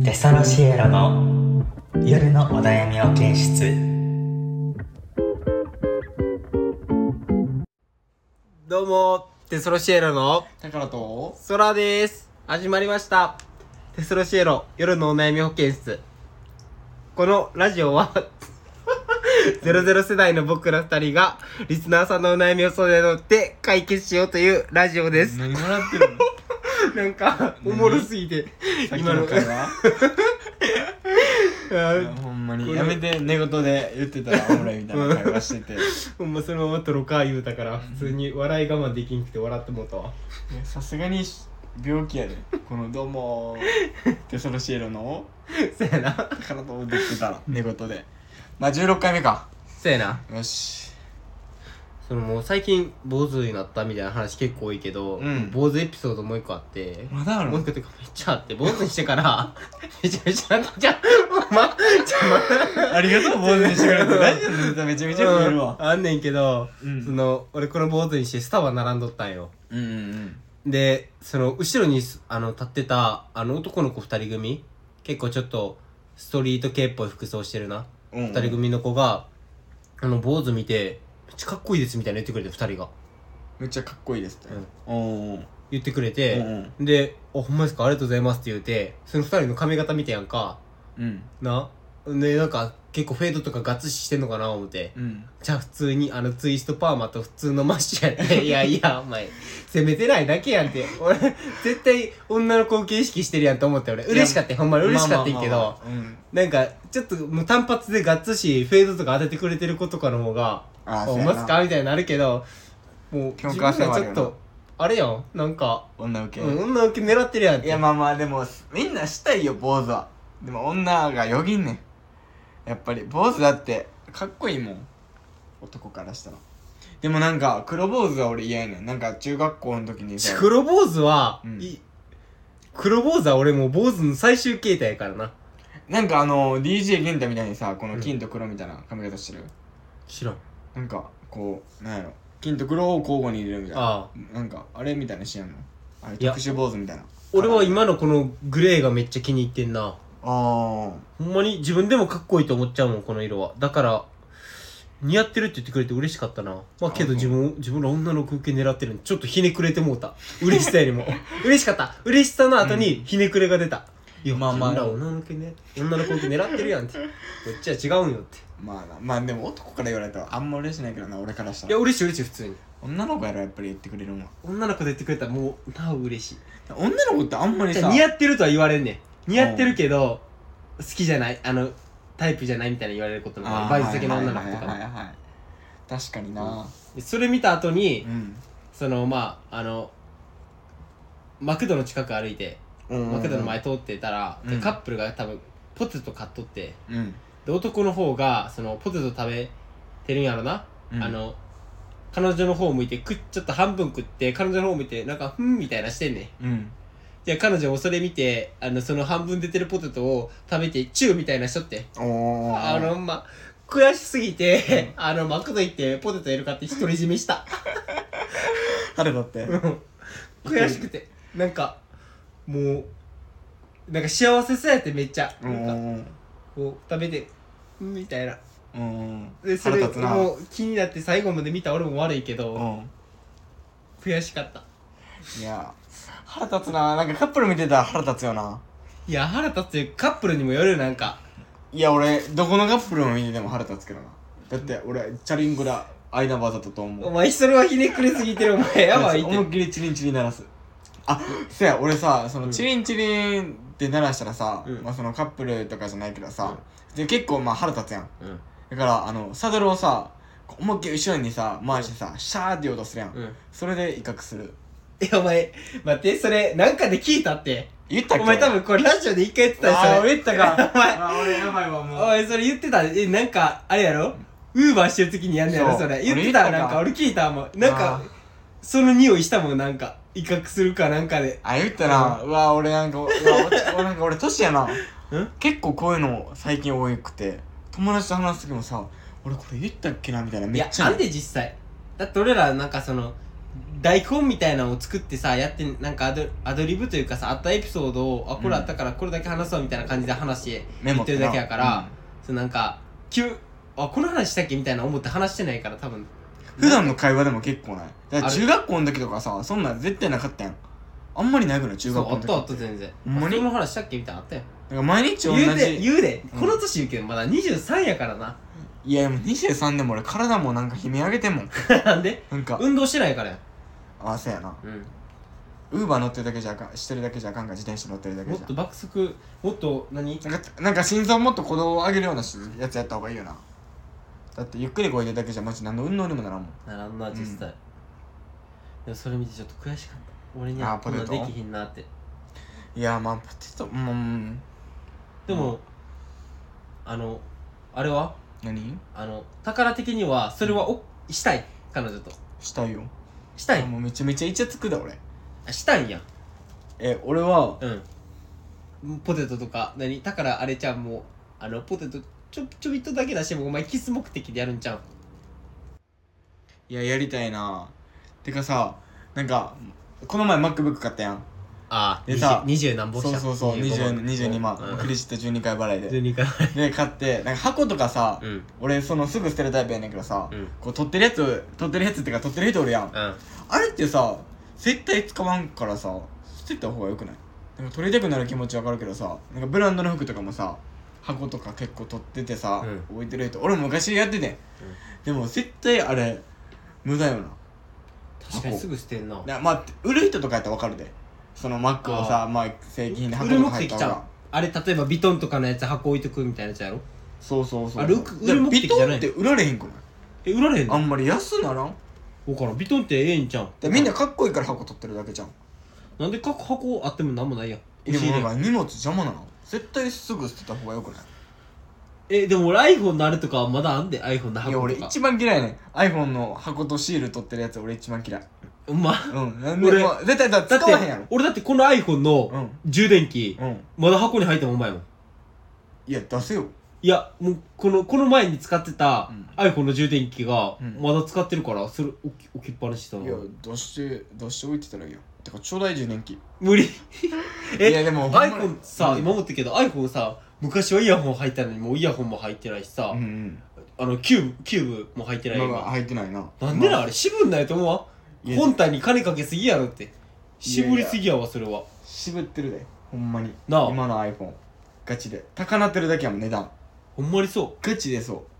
テソロシエロの夜のお悩みを検出。 どうもテソロシエロのだからとソラです。始まりましたテソロシエロ夜のお悩み保健室。このラジオは00世代の僕ら2人がリスナーさんのお悩みをそれ乗って解決しようというラジオです。 何笑ってるのなんかおもろすぎてさっきの会話いやほんまにやめて寝言で言ってたらおもろいみたいな会話しててほんまそのまま撮ろうか言うたから普通に笑い我慢できんくて笑ってもうたわ。 さすがに病気やでこのどうもテソロシエロのそやなだからとできてたら寝言でまあ16回目か。 そやな。 よしそのもう最近坊主になったみたいな話結構多いけど、坊主エピソードもう一個あって、 まだあるのもう一個っていうかめっちゃあって、坊主にしてからめちゃめちゃありがとう坊主にしてくれてラジオのネタめちゃめちゃ増えるわ。 あんねんけど、 うんその俺この坊主にしてスタバ並んどったんよ。 うんでその後ろに立ってた男の子2人組、結構ちょっとストリート系っぽい服装してるな、2人組の子が坊主見てめっちゃかっこいいですみたいな言ってくれて、2人がめっちゃかっこいいですっておー言ってくれて、で「ほんまですか、ありがとうございます」って言うて、その2人の髪型見てやんかな。でなんか結構フェードとかガッツリしてんのかな思って、じゃあ普通にツイストパーマと普通のマッシュやっていやいやお前攻めてないだけやんって俺絶対女の子受け意識してるやんと思って、俺嬉しかった、ほんまに嬉しかったんけど、なんかちょっともう単発でガッツリフェードとか当ててくれてる子とかの方がほんますかみたいになるけど、もう自分はちょっとあれやん、なんか女受け女受け狙ってるやんって。 いやまあまあでもみんなしたいよ坊主は。でも女がよぎんねん。やっぱり坊主だってかっこいいもん、男からしたら。でもなんか黒坊主は俺嫌やねん。なんか中学校の時にさ黒坊主は、 うん、 黒坊主は俺もう坊主の最終形態やからな。 なんかDJ ゲンタみたいにさ、この金と黒みたいな髪型してる、 知らん。 なんかこうなんやろ、金と黒を交互に入れるみたいな。 ああ、 なんかあれみたいなしやんの、あれいや特殊坊主みたいな。 俺は今のこのグレーがめっちゃ気に入ってんな。 あほんまに自分でもかっこいいと思っちゃうもん、この色は。だから似合ってるって言ってくれて嬉しかったな。まあけど自分ら女の子受け狙ってるんでちょっとひねくれてもうた、嬉しさよりも嬉しかった。嬉しさの後にひねくれが出た、いやまあまあ自分ら女の子受け狙ってるやんってこっちは違うんよって。 まあな、まあでも男から言われたらあんま嬉しないけどな、俺からしたら。 いや嬉しい嬉しい、普通に女の子やろやっぱり言ってくれるもん。 女の子で言ってくれたらもうなお嬉しい。 女の子ってあんまりさ似合ってるとは言われんねん。似合ってるけど好きじゃない、タイプじゃないみたいな言われることもある、バイト先の女の子とかも。 確かにな。 でそれ見た後に、 うんそのまあマクドの近く歩いて、マクドの前通ってたら、でカップルが多分ポテト買っとって、で男の方がそのポテト食べてるんやろな、彼女の方向いてちょっと半分食って、彼女の方向いてなんかふんみたいなしてんねん。じゃあ彼女もそれ見てその半分出てるポテトを食べてチューみたいなしとって、悔しすぎてマクド行ってポテトやるかって独り占めした腹立って悔しくて、なんかもうなんか幸せそうやって、めっちゃなんかこう食べてみたいな。でそれ腹立つな。 もう気になって最後まで見た俺も悪いけど、悔しかった。 いや腹立つな。なんかカップル見てたら腹立つよな。 いや腹立つよ、カップルにもよる。なんかいや俺どこのカップルも見てても腹立つけどな。だって俺チャリンコだ間わざとと思う。 お前それはひねくれすぎてる、お前やばいって。 思いっきりチリンチリン鳴らす。そや俺さ、そのチリンチリンって鳴らしたらさ、まあそのカップルとかじゃないけどさ、で結構まあ腹立つやん。だからサドルをさ思いっきり後ろにさ回してさ、シャーって言おうとするやん。それで威嚇する。 お前待って、それなんかで聞いたって。 言ったっけ？ お前多分これラジオで一回言ってたよ、それ。 俺言ったか。 お前俺やばいわもう。 お前それ言ってた。なんかあれやろ、ウーバーしてる時にやんねやろそれ。言ってた。なんか俺聞いたもん。なんかその匂いしたもん、なんか威嚇するかなんかで。 言ったな。うわ俺なんかなんか俺年やな。結構こういうの最近多くて、友達と話す時もさ、俺これ言ったっけなみたいな。めっちゃいやあんで実際。だって俺らなんかその台本みたいなのを作ってさやってなんかアドリブというかさあったエピソードをこれあったからこれだけ話そうみたいな感じで話して言ってるだけやから、そうなんかこの話したっけみたいな思って話してないから多分普段の会話でも結構ない。だから中学校の時とかさそんなん絶対なかったやん。あんまりないくない中学校の時。 そうあった全然。 ほんまにその話したっけみたいなのあったよ。 だから毎日同じ言うで、この年言うけどまだ23やからな。 いやもう23でも俺体もなんか悲鳴上げてんもんなんでなんか運動してないからや。 ああそうやな。 うん。 ウーバー乗ってるだけじゃあかん、してるだけじゃあかんか、自転車乗ってるだけじゃもっと爆速、もっとなんか心臓もっと鼓動を上げるようなやつやった方がいいよな。だってゆっくり動いてるだけじゃマジ何の運動にもならんもん。 ならんな実際、でもそれ見てちょっと悔しかった。俺にはこんなできひんなって。 いやまあポテトでも、あれは何宝的にはそれはしたい彼女としたいよ。 したいもうめちゃめちゃイチャつくだ俺。 したいんや。 俺はポテトとかだからあれちゃんもポテトちょびっとだけ出してもお前キス目的でやるんちゃう。 いややりたいな。てかさなんかこの前 MacBook 買ったやん。 ああでさ 20何本した。 そう22万クレジット12回払いで 12回払いで買ってなんか箱とかさ、俺すぐ捨てるタイプやねんけどさ、こう取ってるやつってか取ってる人おるやん、あれってさ絶対使わんからさ捨てた方がよくない？なんか取りたくなる気持ちわかるけどさ、なんかブランドの服とかもさ箱とか結構取っててさ、置いてる人俺も昔やってて、でも絶対あれ無駄よな。 確かにすぐ捨てんな。 まあ売る人とかやったらわかるで、そのマックをさまあ正規品で箱とか入った方が。 あれ例えばビトンとかのやつ箱置いとくみたいなやつやろ。 そうあれ売る目的じゃない。 ビトンって売られへんくない？ 売られへんの？ あんまり安ならん？ 分からん。ビトンってええんちゃん。 みんなかっこいいから箱取ってるだけじゃん。 なんで箱あってもなんもないやん。 でもなんか荷物邪魔なの？絶対すぐ捨てた方がよくない？ でも俺 iPhone のあれとかはまだあんで iPhone の箱とか。 いや俺一番嫌いねん iPhone の箱とシール取ってるやつ俺一番嫌い。なんで俺絶対使わへんやろ。 俺だってこの iPhone の充電器、まだ箱に入ってもうまいもん。 いや出せよ。 いやもうこの前に使ってた iPhone の充電器がまだ使ってるからそれ置きっぱなししたの。 いや出して置いてたらいいよ。てかちょうだい充電器。 無理いやでも iPhone さ、今思ってるけど iPhone さ昔はイヤホン入ったのにもうイヤホンも入ってないしさ、キューブも入ってない今入ってないな。 なんでなあれ渋んないと思うわ。本体に金かけすぎやろって。渋りすぎやわそれは。 渋ってるでほんまになあ今の iPhone ガチで高なってるだけやもん値段。 ほんまにそうガチでそう。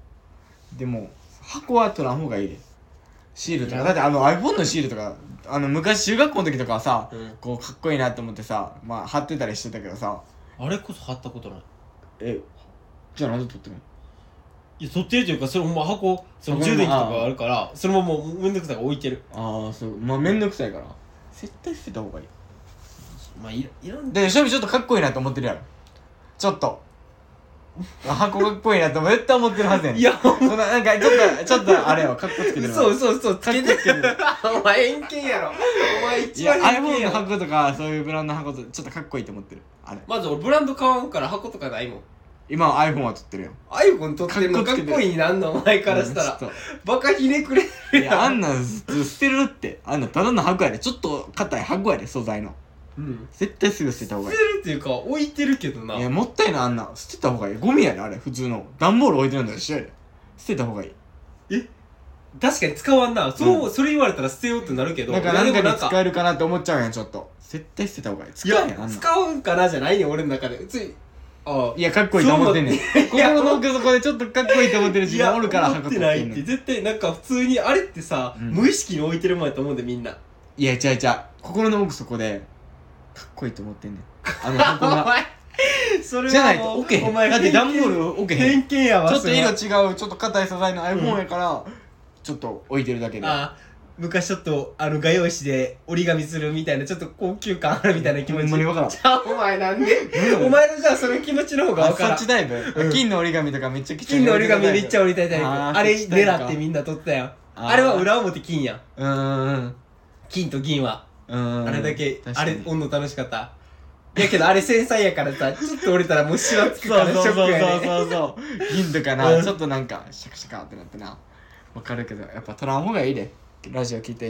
でも箱は取らん方がいいで。シールとかだってiPhone のシールとか昔中学校の時とかはさ、こうかっこいいなと思ってさまあ貼ってたりしてたけどさ。 あれこそ貼ったことない。 じゃあなんで取ってるの？ いや取ってるというかそれほんま箱その充電器とかあるからそのままもうめんどくさいから置いてる。 ああそうまあめんどくさいから絶対捨てた方がいい。 まあいらんで正味ちょっとかっこいいなと思ってるやろちょっと箱かっこいいなと絶対思ってるはずやねん。 いやそんななんかちょっとあれよかっこつけてるそうつけてるお前偏見やろ。お前一番偏見 iPhone のやろ。 箱とかそういうブランドの箱とちょっとかっこいいと思ってるあれ。 まず俺ブランド買わんから箱とかないもん。 今は iPhone は撮ってるよ。 iPhone 撮ってんのかっこいいなんのお前からしたらバカひねくれるいやあんなん捨てるってあんなんただの箱やでちょっと硬い箱やで素材の。絶対すぐ捨てた方がいい。 捨てるっていうか置いてるけどな。 いやもったいなあんな捨てた方がいい。ゴミやであれ普通の段ボール置いてるんだよ一緒やで。捨てた方がいい。 確かに使わんな。それ言われたら捨てようってなるけどなんか何かに使えるかなって思っちゃうやんちょっと。絶対捨てた方がいい。使えへんあんなん。 使うんかなじゃないね俺の中で。 いやかっこいいと思ってんねん。心の奥底でちょっとかっこいいと思ってる自分おるから箱取ってないって絶対なんか普通にあれってさ無意識に置いてるもんやと思うんでみんな。 いや違う心の奥底でかっこいいと思ってんねん箱が。 お前それはじゃないと置けへん。だって段ボール置けへん。 偏見やわ。 ちょっと色違うちょっと硬い素材の iPhone やからちょっと置いてるだけで。 昔ちょっと画用紙で折り紙するみたいなちょっと高級感あるみたいな気持ち。 ほんまに分からん。 じゃあお前なんでお前のじゃあその気持ちの方が分からん。 そっちタイプ？金の折り紙とかめっちゃ金の折り紙めっちゃ折りたいタイプ。あれ狙ってみんな取ったやん。あれは裏表金やん。金と銀はあれだけあれおんの楽しかった。やけどあれ繊細やからさちょっと折れたらもうシワつくからショックやね。 そう銀とかなちょっとなんかシャカシャカってなってな分かるけどやっぱ取らん方がいいで。ラジオ聞いていても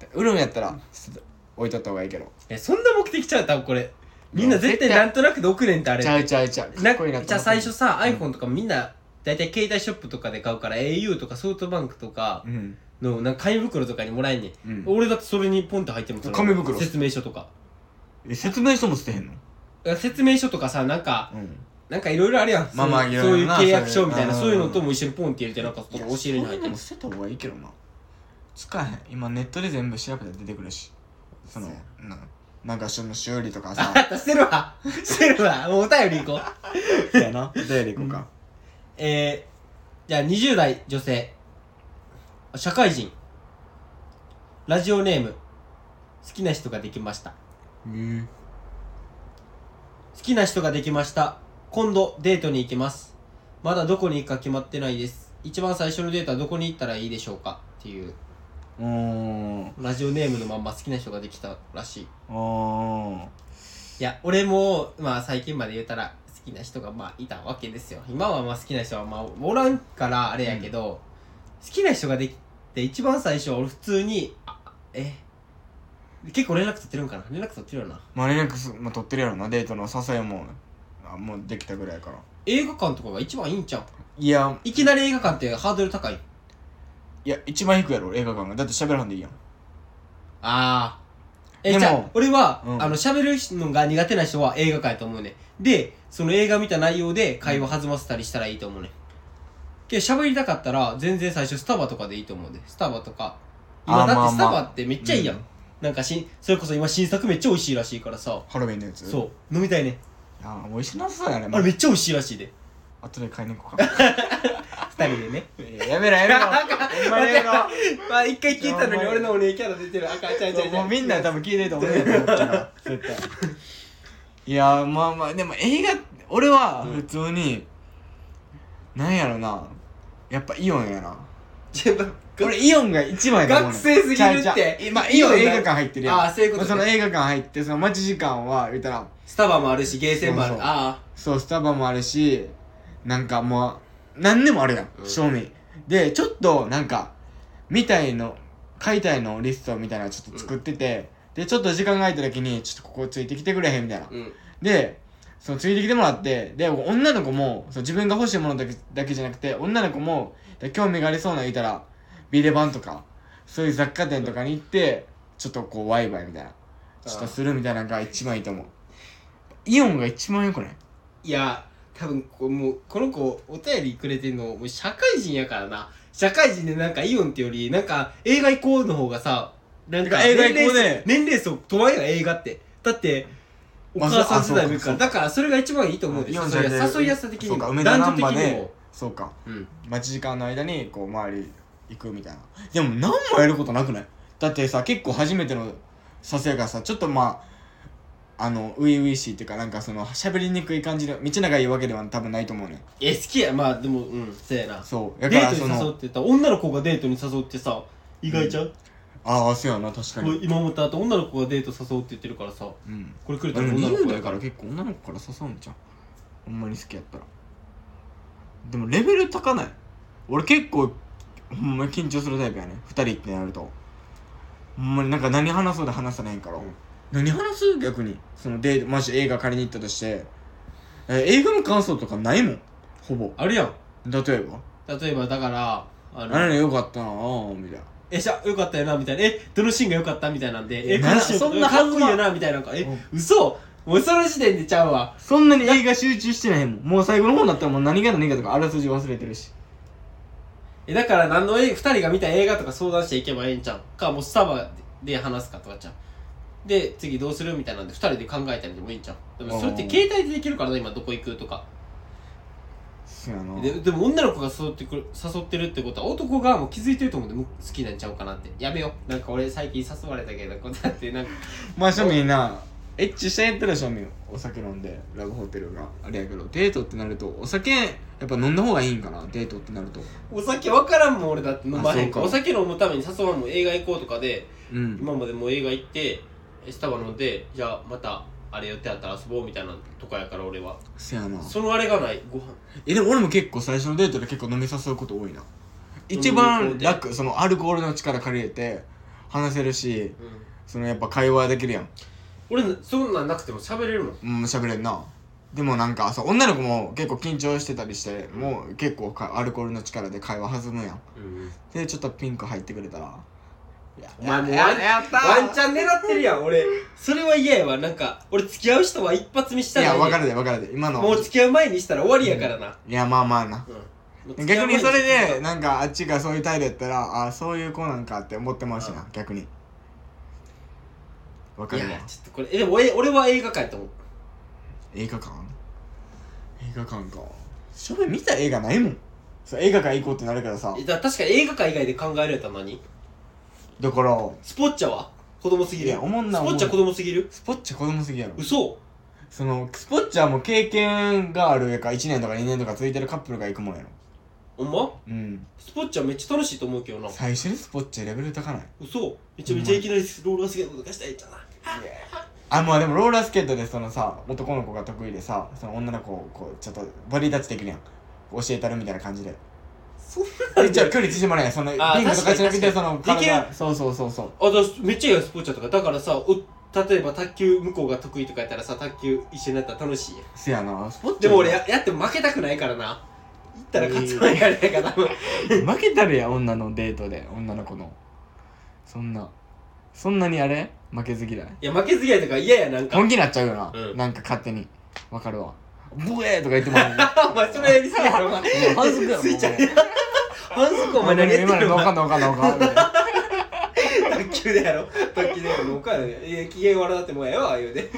売るんやったら置いとった方がいいけど。 そんな目的ちゃう多分これみんな絶対なんとなくで送れんってあれちゃうちゃうちゃう。かっこいいなと思って。 じゃあ最初さ iPhone とかみんな大体携帯ショップとかで買うから au とかソフトバンクとかのなんか紙袋とかにもらえんねん、俺だってそれにポンって入っても紙袋説明書とか説明書も捨てへんの？ 説明書とかさなんかいろいろあるやん、 まあまあそういう契約書みたいなそういうそういうのとも一緒にポンって入れてなんか押し入れに入ってる。 捨てた方がいいけどな。使えへん。今ネットで全部調べたら出てくるし、なんかその修理とかさ。 あった捨てるわもうお便り行こうそうやな、お便り行こうか。 じゃあ20代女性社会人ラジオネーム好きな人ができました。好きな人ができました。今度デートに行きます。まだどこに行くか決まってないです。一番最初のデートはどこに行ったらいいでしょうかっていうラジオネームのまんま好きな人ができたらしい。いや俺もまあ最近まで言うたら好きな人がまあいたわけですよ。今はまあ好きな人はまあおらんからあれやけど、好きな人ができて一番最初は俺普通に結構連絡取ってるんかな。連絡取ってるよな。 まあ連絡取ってるやろな。デートの誘いももうできたぐらいから。 映画館とかが一番いいんちゃう？ いやいきなり映画館ってハードル高い。 いや一番低いやろ映画館が。だって喋らんでいいやん。 じゃあ俺は、 うん、 喋るのが苦手な人は映画館やと思うね。でその映画見た内容で会話弾ませたりしたらいいと思うね。けど喋りたかったら全然最初スタバとかでいいと思うで。スタバとか今だってスタバってめっちゃいいやん、なんかそれこそ今新作めっちゃ美味しいらしいからさ。 ハロウィンのやつ。 そう飲みたいね。 美味しなさそうやね。 あれめっちゃ美味しいらしいで。 後で買いに行こうか。 二人でね。 やめろやめろ。 まあ一回聞いたのに俺のお姉キャラ出てる。ちゃいもうみんな多分聞いてると思うよ。絶対。いやまあまあでも映画俺は普通になんやろな。やっぱイオンやな。俺イオンが一番やと思うね。 学生すぎるって。 今イオン映画館入ってるやん。 そういうことね。 その映画館入ってその待ち時間は言ったらスタバもあるしゲーセンもある。 そうスタバもあるしなんかもう何でもあるやん、正味でちょっとなんか見たいの買いたいのリストみたいなのちょっと作ってて、でちょっと時間が空いた時にちょっとここついてきてくれへんみたいな、でそのついてきてもらって、で女の子も自分が欲しいものだけじゃなくて女の子も興味がありそうな言ったらビデバンとかそういう雑貨店とかに行ってちょっとこうワイワイみたいなちょっとするみたいなのが一番いいと思う。イオンが一番よくない？ いや多分もうこの子お便りくれてんのもう社会人やからな。社会人でなんかイオンってよりなんか映画行こうの方がさ、なんか映画行こうで年齢層問わんやん映画って。だってお母さん世代もいるから、だからそれが一番いいと思うで。誘いやすさ的にも男女的にも。 そうか、待ち時間の間にこう周り行くみたいな。でも何もやることなくない？だってさ結構初めての誘いがさちょっとまあ初々しいっていうかなんかその喋りにくい感じで道長いいわけでは多分ないと思うね。 好きや。まあでもそうやな。 そうデートに誘って言ったら女の子がデートに誘ってさ意外ちゃう？ そうやな確かに。 今思った後女の子がデート誘うって言ってるからさ、これくれたら女の子だから結構女の子から誘うんじゃんほんまに好きやったら。でもレベル高ない？俺結構ほんまに緊張するタイプやね。2人ってなるとほんまになんか何話そうで話さないから、何話す？逆にそのデートマジ映画借りに行ったとして映画の感想とかないもん。ほぼあるやん。 例えばだからあれよかったなぁみたいな。 じゃあよかったよなみたいな。どのシーンがよかったみたいなんで、 このシーンそんなかっこいいよなみたいな。嘘。もうその時点でちゃうわ。 そんなに映画集中してないもん。もう最後の方になったらもう何が何がとかあらすじ忘れてるし。 だから2人が見た映画とか相談していけばええんちゃうか、もうスタバで話すかとかちゃう。で次どうするみたいなんで2人で考えたりでもいいんちゃう。でもそれって携帯でできるからな今どこ行くとか。 そうやな。 でも女の子が誘ってるってことは男側も気づいてると思うんで好きなんちゃうかなって。やめよう。なんか俺最近誘われたけどこうだってなんかまあ庶民なエッチしたやったら庶民お酒飲んでラブホテルがあれやけど、デートってなるとお酒やっぱ飲んだ方がいいんかな。デートってなるとお酒分からんもん俺だって飲まへんから。 そうかお酒飲むために誘わんもん。映画行こうとかで、今までもう映画行ってスタバ飲んでじゃあまたあれ予定あったら遊ぼうみたいなとかやから俺は。 せやな。 そのあれがないご飯。 でも俺も結構最初のデートで結構飲み誘うこと多いな。一番楽、そのアルコールの力借りれて話せるし、 うん、 そのやっぱ会話できるやん。 俺そんなんなくても喋れるもん。 喋れんな。でもなんかそう女の子も結構緊張してたりして、もう結構アルコールの力で会話弾むやん、でちょっとピンク入ってくれたら、 お前もうワンチャン狙ってるやん。俺それは嫌やわ。なんか俺付き合う人は一発見したらいや分かるで今のもう付き合う前にしたら終わりやからな、 いやまあまあな、逆にそれでなんかあっちがそういう態度やったら、あそういう子なんかって思ってまうしな、逆に分かるわ。 いやちょっとこれでも俺は映画館やと思う。 映画館か。しょべ見た映画ないもん。そう映画館行こうってなるからさ。 確かに映画館以外で考えるやったら何？ だからスポッチャは子供すぎる。 いやおもんな。 スポッチャ子供すぎる。 スポッチャ子供すぎやろ。 嘘。 そのスポッチャも経験があるやから1年とか2年とかついてるカップルが行くもんやろ。 ほんま？ うん。 スポッチャめっちゃ楽しいと思うけどな。 最初にスポッチャレベル高ない？ 嘘。めちゃめちゃいきなりローラースケートとかしたいじゃな。 まあでもローラースケートでそのさ男の子が得意でさ、その女の子をこうちょっとボディタッチできるやん、教えたるみたいな感じで。 そんなじゃあ距離縮まらんやん、そのピンクとかじゃなくてその体。そうめっちゃいいよスポッチャとか。だからさ例えば卓球向こうが得意とかやったらさ、卓球一緒になったら楽しいやん。 せやな、スポッチャでも俺やっても負けたくないからな。行ったら勝つのやれやから多分負けたるやん、女のデートで女の子の。そんなにあれ負けず嫌い？ いや負けず嫌いとか嫌や。なんか本気になっちゃうよな、 うん、 なんか勝手に。わかるわ。ブエーとか言ってもらうお前それやりすぎやろ。お前反則やろ。 スイちゃん反則お前何やってるの？ 今のわかん卓球でやろ。卓球でやろ。おかんいや機嫌悪なってもうええわ言うて。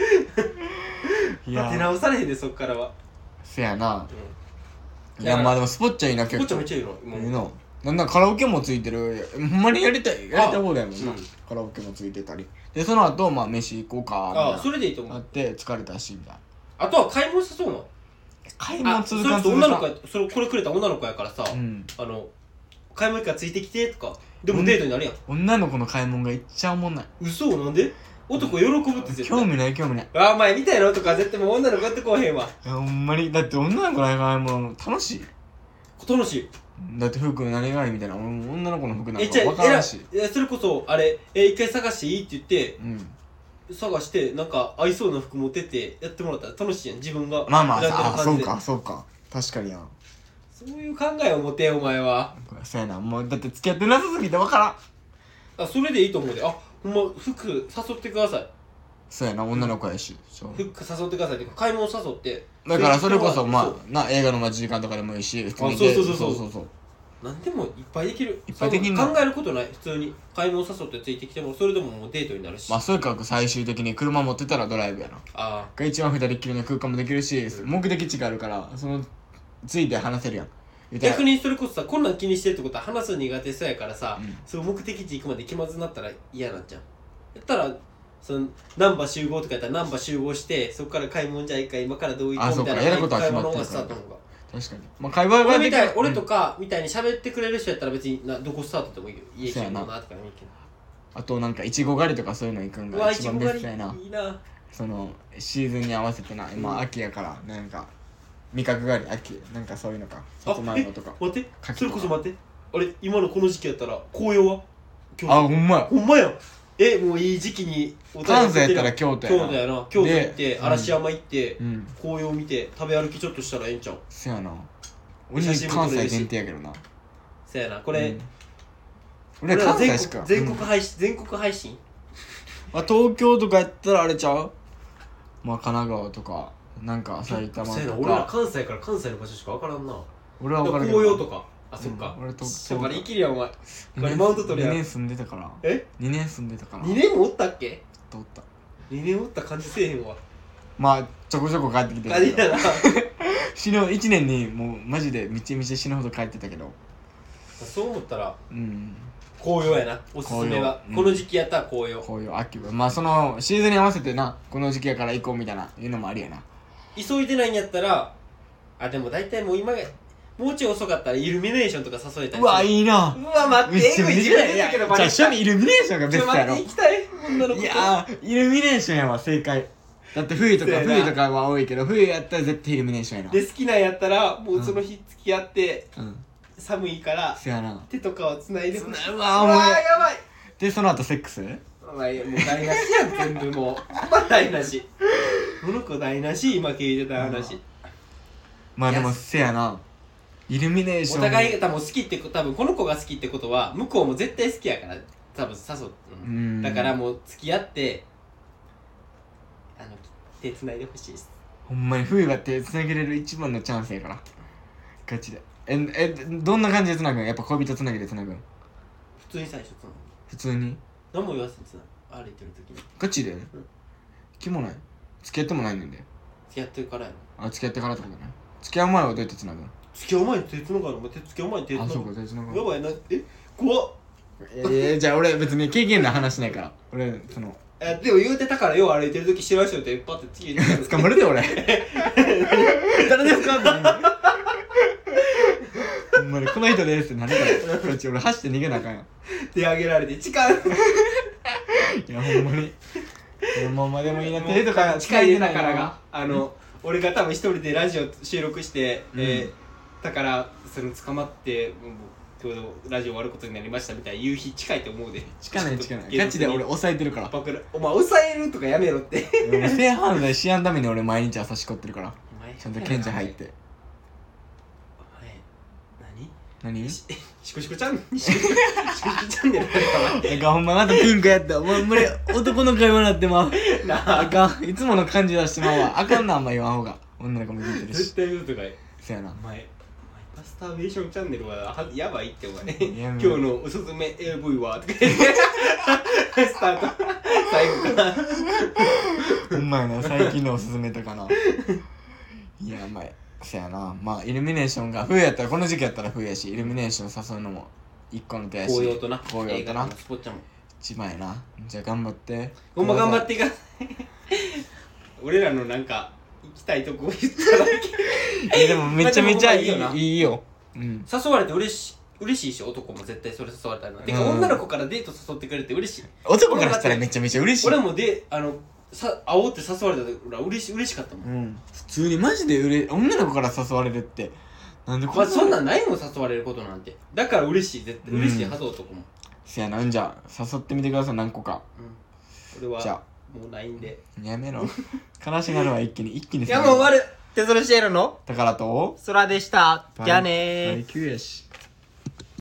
立て直されへんでそっからは。 せやな、 うん、 いやまあでもスポッチャいいな。 スポッチャめっちゃいいのいいの。なんだカラオケもついてる。ほんまにやりた方だよもんな、うん、カラオケもついてたりで、その後まあ飯行こうかみたいな。 それでいいと思う。 あって疲れたしみたいな。 あとは買い物しそうな。 買い物続かん。 それ女の子や、これくれた女の子やからさ、 うん、 買い物からついてきてとかでもデートになるやん。 女の子の買い物がいっちゃおもんない。 嘘？なんで？男喜ぶって絶対。 興味ない。 お前みたいな男は絶対もう女の子やってこうへんわ。 ほんまに。だって女の子の買い物楽しい。 楽しい。 だって服何がいいみたいな。女の子の服なんか分からんし。 それこそあれ一回探していいって言って、 うん、 探してなんか合いそうな服持ってってやってもらったら楽しいやん自分が。 まあそうか確かにや。 そういう考えを持てよお前は。 そうやな。もうだって付き合ってなさすぎて分からん。 それでいいと思うで。ほんま服誘ってください。 そうやな、女の子やし。 服誘ってくださいってか買い物誘って。 だからそれこそまあな、映画の待ち時間とかでもいいし、普通にそうなんでもいっぱいできる。 いっぱいできる。 考えることない。普通に買い物誘ってついてきてもそれでももうデートになるし。 まあそれか最終的に車持ってたらドライブやな。が一番二人っきりの空間もできるし、目的地があるからそのついて話せるやん。 逆にそれこそさ、こんなん気にしてるってことは話す苦手そうやからさ、その目的地行くまで気まずになったら嫌なんじゃん。やったらその難波集合とかやったら難波集合してそこから買い物じゃあ一回今からどう行こうみたいな会話の方がスタートの方が確かに。まあ会話ができる。 俺とかみたいに喋ってくれる人やったら別にどこスタートでもいいけど、家集合なとかでもいいけど。 あとなんかいちご狩りとかそういうの行くんが一番ベストやな。 いいな。 そのシーズンに合わせてな、今秋やからなんか味覚狩り、秋なんかそういうのか、さつまいもとか。 待って、それこそ待って、あれ今のこの時期やったら紅葉は？ ほんまや。 ほんまや。もういい時期に関西やったら京都やな。 京都行って嵐山行って紅葉見て食べ歩きちょっとしたらええんちゃう？ せやな。俺関西限定やけどな。 せやな。これ俺関西しか全国配信東京とかやったらあれちゃう？まあ神奈川とかなんか埼玉とか。 俺ら関西から関西の場所しか分からんな。 俺は分かるけど紅葉とか。そっか。 俺とだから生きるやんお前。これマウント取りや。 2年住んでたから。2年住んでたから。 2年もおったっけ？ おった。 2年おった感じせえへんわ。 まあちょこちょこ帰ってきてるけど死ぬ1年にもうマジでみちみち死ぬほど帰ってたけど、 そう思ったら紅葉やな。おすすめはこの時期やったら紅葉。 秋はまあそのシーズンに合わせてな、この時期やから行こうみたいないうのもありやな。 急いでないんやったらでも大体もう今もうちょい遅かったらイルミネーションとか誘えたり。 うわいいな。 うわ待って、 めっちゃめちゃいや。じゃあ趣味イルミネーションがベストやろ。 行きたい女の子と。 いやイルミネーションやわ正解。だって冬とかは多いけど、冬やったら絶対イルミネーションやな。 で好きなんやったらもうその日付き合って寒いからせやな。 手とかをつないでほしい。 うわやばい。 でその後セックス？ お前もう台無しやん全部もう台無しこの子台無し今聞いてた話、 まあでもせやなイルミネーションお互いが多分好きって多分この子が好きってことは向こうも絶対好きやから多分誘ってだからもう付き合って手繋いでほしいです。 ほんまに冬が手繋げれる一番のチャンスやからガチでどんな感じで繋ぐん？やっぱ恋人繋ぎで繋ぐん？ 普通に最初繋ぐ普通に？ 何も言わずに繋ぐ歩いてる時にガチで？気もない？付き合ってもないねんで。 付き合ってるからやろ。 付き合ってからってことね。付き合う前はどうやって繋ぐん？ 付き合う前に手繋がるの？付き合う前に手繋がる。 そうか手繋がる。 やばいな怖っ。 じゃあ俺別に経験ない話ないから俺そのでも言うてたからよう歩いてる時知らん人ってパッて次に捕まるで俺誰ですかってほんまにこの人ですってなるからこっち俺走って逃げなあかんやん手上げられて近いいやほんまにもうまでもいいな手とか近いでだからが俺が多分一人でラジオ収録してだからその捕まって今日ラジオ終わることになりましたみたいな夕日近いと思うで近ないガチで俺抑えてるからお前抑えるとかやめろって性犯罪しやんために俺毎日朝しこってるからちゃんと検査入ってお前何シコシコチャンネルシコシコチャンネルなんかほんままたピンクやったもう無理男の会話なってまうあかんいつもの感じ出してまうわあかんなあんま言わんほうが女の子も言ってるし絶対言うとかそやなお前マスターベーションチャンネルはやばいってお前今日のおすすめ AV はとか言ってスタート最後からほんまやな最近のおすすめとかないやまあそやなまあイルミネーションが冬やったらこの時期やったら冬やしイルミネーション誘うのも一個の手やし紅葉とな紅葉となスポッチャも一番やなじゃあ頑張ってほんま頑張っていか俺らのなんか行きたいとこ言っただけでもめちゃめちゃいいまあでもいいよ、うん、 誘われて嬉しいし男も絶対それ誘われたらなてか女の子からデート誘ってくれて嬉しい男からしたらめちゃめちゃ嬉しい俺もで会おうって誘われたら嬉しかったもん、 うん、普通にマジで女の子から誘われるってなんでこんな、 そんなんないもん誘われることなんてだから嬉しい絶対嬉しいはず男もせやなんじゃ誘ってみてください何個か、 俺はじゃもうないんでやめろ悲しがるわ一気にいやもう終わる手それしてやるの宝と空でしたじゃあねーバイキューやし